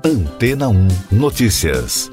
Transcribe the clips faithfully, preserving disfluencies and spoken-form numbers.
Antena um Notícias.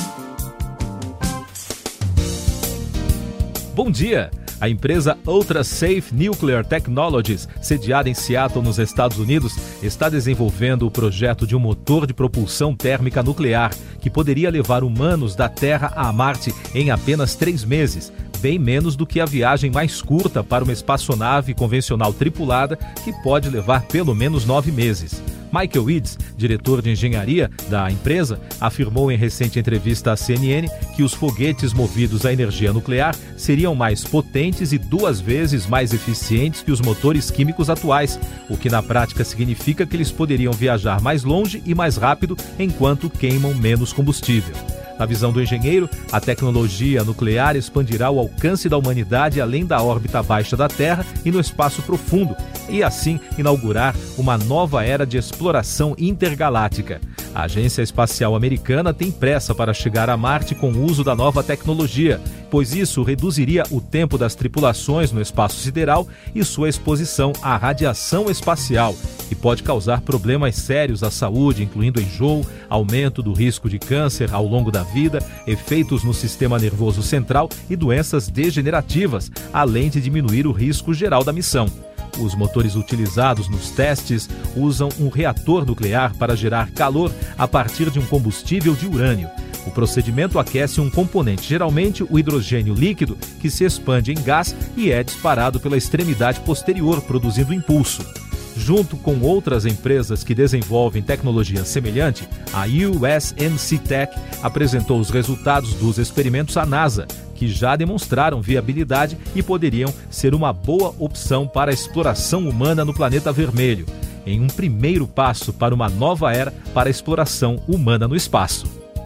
Bom dia! A empresa Ultrasafe Nuclear Technologies, sediada em Seattle, nos Estados Unidos, está desenvolvendo o projeto de um motor de propulsão térmica nuclear que poderia levar humanos da Terra a Marte em apenas três meses, bem menos do que a viagem mais curta para uma espaçonave convencional tripulada, que pode levar pelo menos nove meses. Michael Eads, diretor de engenharia da empresa, afirmou em recente entrevista à C N N que os foguetes movidos à energia nuclear seriam mais potentes e duas vezes mais eficientes que os motores químicos atuais, o que na prática significa que eles poderiam viajar mais longe e mais rápido enquanto queimam menos combustível. Na visão do engenheiro, a tecnologia nuclear expandirá o alcance da humanidade além da órbita baixa da Terra e no espaço profundo, e assim inaugurar uma nova era de exploração intergaláctica. A Agência Espacial Americana tem pressa para chegar a Marte com o uso da nova tecnologia, pois isso reduziria o tempo das tripulações no espaço sideral e sua exposição à radiação espacial, e pode causar problemas sérios à saúde, incluindo enjoo, aumento do risco de câncer ao longo da vida, efeitos no sistema nervoso central e doenças degenerativas, além de diminuir o risco geral da missão. Os motores utilizados nos testes usam um reator nuclear para gerar calor a partir de um combustível de urânio. O procedimento aquece um componente, geralmente o hidrogênio líquido, que se expande em gás e é disparado pela extremidade posterior, produzindo impulso. Junto com outras empresas que desenvolvem tecnologia semelhante, a U S N C Tech apresentou os resultados dos experimentos à NASA, que já demonstraram viabilidade e poderiam ser uma boa opção para a exploração humana no planeta vermelho, em um primeiro passo para uma nova era para a exploração humana no espaço.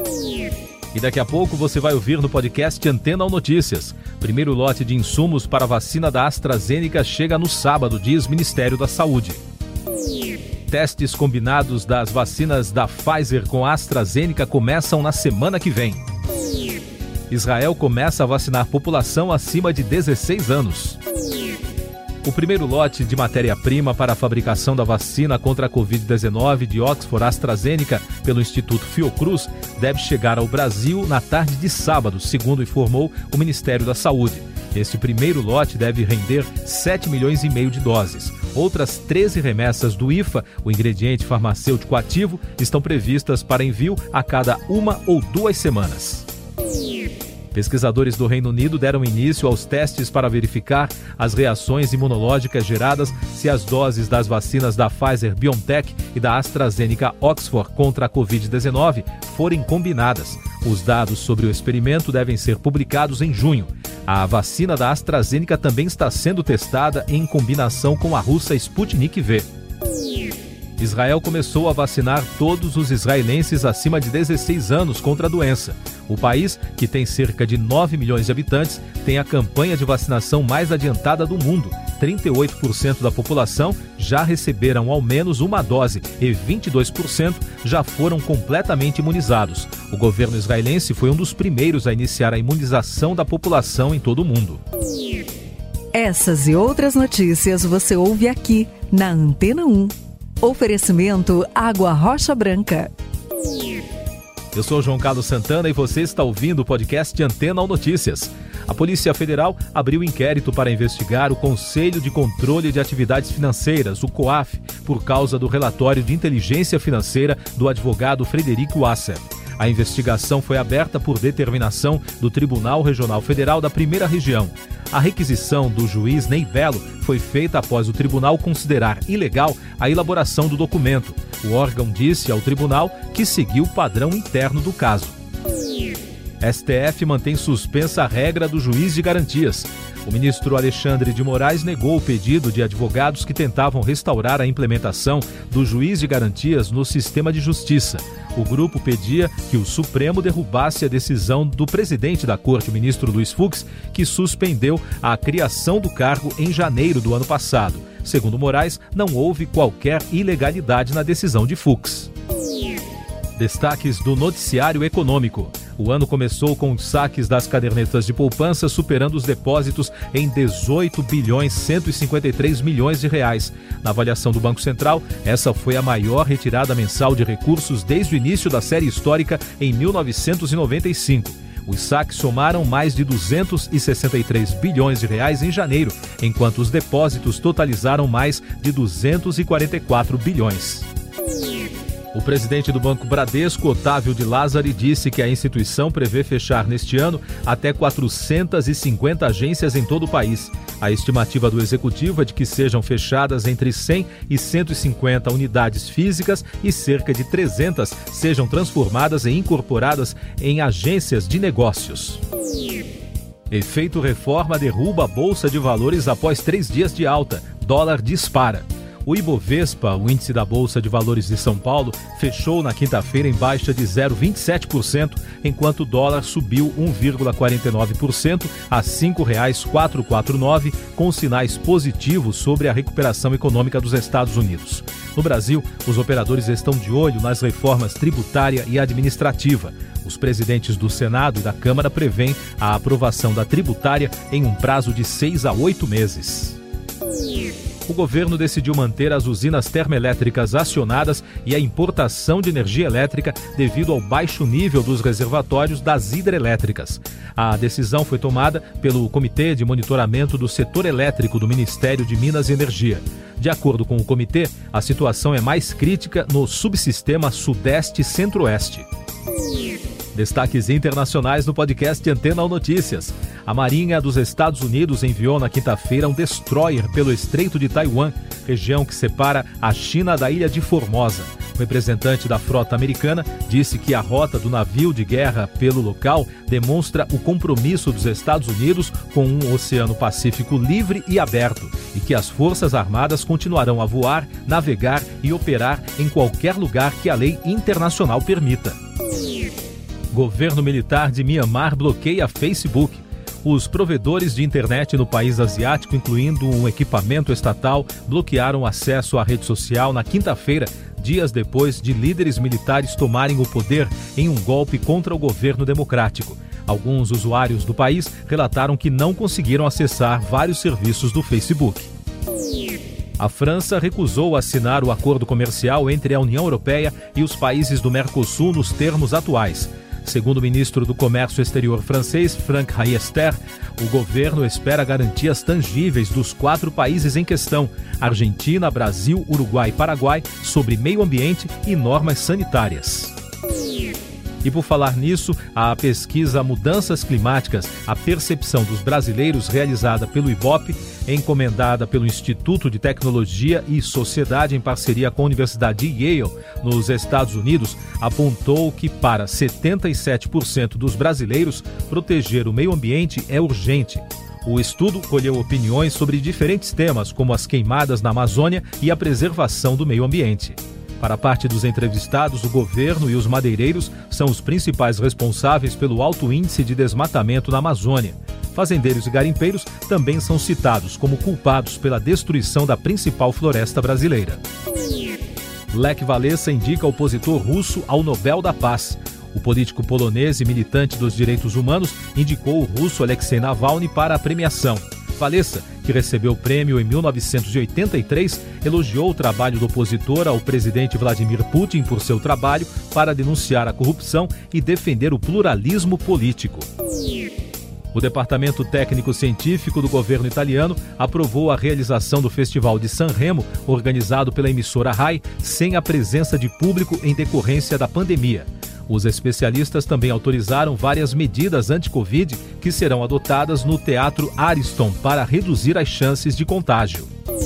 E daqui a pouco você vai ouvir no podcast Antena um Notícias. Primeiro lote de insumos para a vacina da AstraZeneca chega no sábado, diz Ministério da Saúde. Testes combinados das vacinas da Pfizer com a AstraZeneca começam na semana que vem. Israel começa a vacinar população acima de dezesseis anos. O primeiro lote de matéria-prima para a fabricação da vacina contra a covid dezenove de Oxford AstraZeneca pelo Instituto Fiocruz deve chegar ao Brasil na tarde de sábado, segundo informou o Ministério da Saúde. Este primeiro lote deve render sete milhões e meio de doses. Outras treze remessas do I F A, o ingrediente farmacêutico ativo, estão previstas para envio a cada uma ou duas semanas. Pesquisadores do Reino Unido deram início aos testes para verificar as reações imunológicas geradas se as doses das vacinas da Pfizer-BioNTech e da AstraZeneca Oxford contra a covid dezenove forem combinadas. Os dados sobre o experimento devem ser publicados em junho. A vacina da AstraZeneca também está sendo testada em combinação com a russa Sputnik V. Israel começou a vacinar todos os israelenses acima de dezesseis anos contra a doença. O país, que tem cerca de nove milhões de habitantes, tem a campanha de vacinação mais adiantada do mundo. trinta e oito por cento da população já receberam ao menos uma dose e vinte e dois por cento já foram completamente imunizados. O governo israelense foi um dos primeiros a iniciar a imunização da população em todo o mundo. Essas e outras notícias você ouve aqui na Antena um. Oferecimento Água Rocha Branca. Eu sou João Carlos Santana e você está ouvindo o podcast Antena um Notícias. A Polícia Federal abriu inquérito para investigar o Conselho de Controle de Atividades Financeiras, o COAF, por causa do relatório de inteligência financeira do advogado Frederico Wasser. A investigação foi aberta por determinação do Tribunal Regional Federal da Primeira Região. A requisição do juiz Ney Belo foi feita após o tribunal considerar ilegal a elaboração do documento. O órgão disse ao tribunal que seguiu o padrão interno do caso. S T F mantém suspensa a regra do juiz de garantias. O ministro Alexandre de Moraes negou o pedido de advogados que tentavam restaurar a implementação do juiz de garantias no sistema de justiça. O grupo pedia que o Supremo derrubasse a decisão do presidente da Corte, o ministro Luiz Fux, que suspendeu a criação do cargo em janeiro do ano passado. Segundo Moraes, não houve qualquer ilegalidade na decisão de Fux. Destaques do noticiário econômico. O ano começou com os saques das cadernetas de poupança superando os depósitos em dezoito bilhões cento e cinquenta e três milhões de reais. Na avaliação do Banco Central, essa foi a maior retirada mensal de recursos desde o início da série histórica em mil novecentos e noventa e cinco. Os saques somaram mais de duzentos e sessenta e três bilhões de reais em janeiro, enquanto os depósitos totalizaram mais de duzentos e quarenta e quatro bilhões. O presidente do Banco Bradesco, Otávio de Lázari, disse que a instituição prevê fechar neste ano até quatrocentas e cinquenta agências em todo o país. A estimativa do executivo é de que sejam fechadas entre cem e cento e cinquenta unidades físicas e cerca de trezentas sejam transformadas e incorporadas em agências de negócios. Efeito reforma derruba a Bolsa de Valores após três dias de alta. Dólar dispara. O Ibovespa, o índice da Bolsa de Valores de São Paulo, fechou na quinta-feira em baixa de zero vírgula vinte e sete por cento, enquanto o dólar subiu um vírgula quarenta e nove por cento a cinco reais quatrocentos e quarenta e nove, com sinais positivos sobre a recuperação econômica dos Estados Unidos. No Brasil, os operadores estão de olho nas reformas tributária e administrativa. Os presidentes do Senado e da Câmara prevêem a aprovação da tributária em um prazo de seis a oito meses. O governo decidiu manter as usinas termoelétricas acionadas e a importação de energia elétrica devido ao baixo nível dos reservatórios das hidrelétricas. A decisão foi tomada pelo Comitê de Monitoramento do Setor Elétrico do Ministério de Minas e Energia. De acordo com o comitê, a situação é mais crítica no subsistema Sudeste e Centro-Oeste. Destaques internacionais no podcast Antena um Notícias. A Marinha dos Estados Unidos enviou na quinta-feira um destroyer pelo Estreito de Taiwan, região que separa a China da ilha de Formosa. O representante da frota americana disse que a rota do navio de guerra pelo local demonstra o compromisso dos Estados Unidos com um Oceano Pacífico livre e aberto e que as Forças Armadas continuarão a voar, navegar e operar em qualquer lugar que a lei internacional permita. Governo militar de Mianmar bloqueia Facebook. Os provedores de internet no país asiático, incluindo um equipamento estatal, bloquearam acesso à rede social na quinta-feira, dias depois de líderes militares tomarem o poder em um golpe contra o governo democrático. Alguns usuários do país relataram que não conseguiram acessar vários serviços do Facebook. A França recusou assinar o acordo comercial entre a União Europeia e os países do Mercosul nos termos atuais. Segundo o ministro do Comércio Exterior francês, Franck Riester, o governo espera garantias tangíveis dos quatro países em questão, Argentina, Brasil, Uruguai e Paraguai, sobre meio ambiente e normas sanitárias. E por falar nisso, a pesquisa Mudanças Climáticas, a percepção dos brasileiros, realizada pelo Ibope, encomendada pelo Instituto de Tecnologia e Sociedade em parceria com a Universidade de Yale, nos Estados Unidos, apontou que para setenta e sete por cento dos brasileiros, proteger o meio ambiente é urgente. O estudo colheu opiniões sobre diferentes temas, como as queimadas na Amazônia e a preservação do meio ambiente. Para a parte dos entrevistados, o governo e os madeireiros são os principais responsáveis pelo alto índice de desmatamento na Amazônia. Fazendeiros e garimpeiros também são citados como culpados pela destruição da principal floresta brasileira. Lech Walesa indica opositor russo ao Nobel da Paz. O político polonês e militante dos direitos humanos indicou o russo Alexei Navalny para a premiação. Walesa, que recebeu o prêmio em mil novecentos e oitenta e três, elogiou o trabalho do opositor ao presidente Vladimir Putin por seu trabalho para denunciar a corrupção e defender o pluralismo político. O Departamento Técnico-Científico do governo italiano aprovou a realização do Festival de Sanremo, organizado pela emissora Rai, sem a presença de público em decorrência da pandemia. Os especialistas também autorizaram várias medidas anti-Covid que serão adotadas no Teatro Ariston para reduzir as chances de contágio.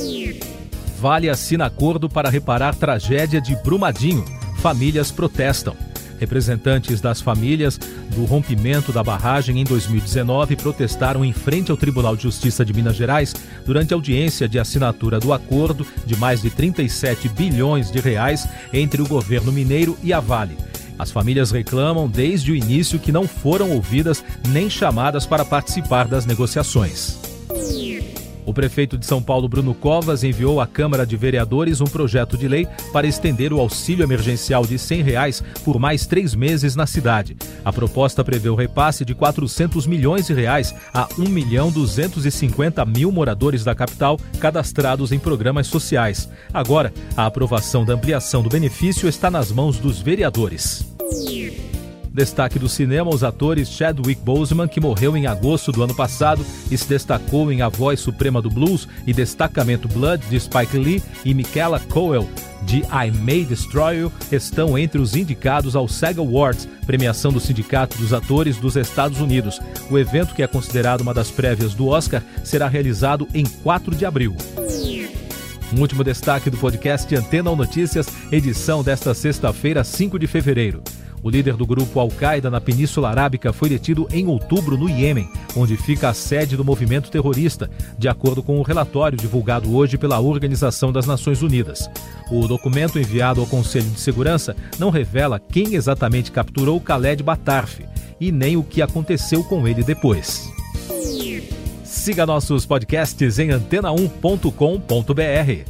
Vale assina acordo para reparar tragédia de Brumadinho. Famílias protestam. Representantes das famílias do rompimento da barragem em dois mil e dezenove protestaram em frente ao Tribunal de Justiça de Minas Gerais durante a audiência de assinatura do acordo de mais de trinta e sete bilhões de reais entre o governo mineiro e a Vale. As famílias reclamam desde o início que não foram ouvidas nem chamadas para participar das negociações. O prefeito de São Paulo, Bruno Covas, enviou à Câmara de Vereadores um projeto de lei para estender o auxílio emergencial de cem reais por mais três meses na cidade. A proposta prevê o repasse de quatrocentos milhões de reais a um milhão duzentos e cinquenta mil moradores da capital cadastrados em programas sociais. Agora, a aprovação da ampliação do benefício está nas mãos dos vereadores. Destaque do cinema, os atores Chadwick Boseman, que morreu em agosto do ano passado e se destacou em A Voz Suprema do Blues e Destacamento Blood, de Spike Lee, e Michaela Coel, de I May Destroy You, estão entre os indicados ao SAG Awards, premiação do Sindicato dos Atores dos Estados Unidos. O evento, que é considerado uma das prévias do Oscar, será realizado em quatro de abril. Um último destaque do podcast Antena um Notícias, edição desta sexta-feira, cinco de fevereiro. O líder do grupo Al-Qaeda na Península Arábica foi detido em outubro no Iêmen, onde fica a sede do movimento terrorista, de acordo com o relatório divulgado hoje pela Organização das Nações Unidas. O documento enviado ao Conselho de Segurança não revela quem exatamente capturou Khaled Batarf e nem o que aconteceu com ele depois. Siga nossos podcasts em antena um ponto com ponto b r.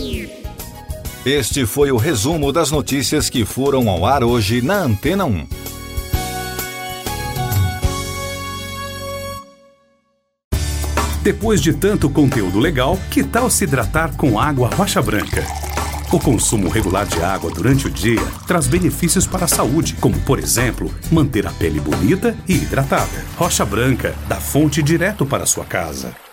Este foi o resumo das notícias que foram ao ar hoje na Antena um. Depois de tanto conteúdo legal, que tal se hidratar com água Rocha Branca? O consumo regular de água durante o dia traz benefícios para a saúde, como, por exemplo, manter a pele bonita e hidratada. Rocha Branca, da fonte direto para a sua casa.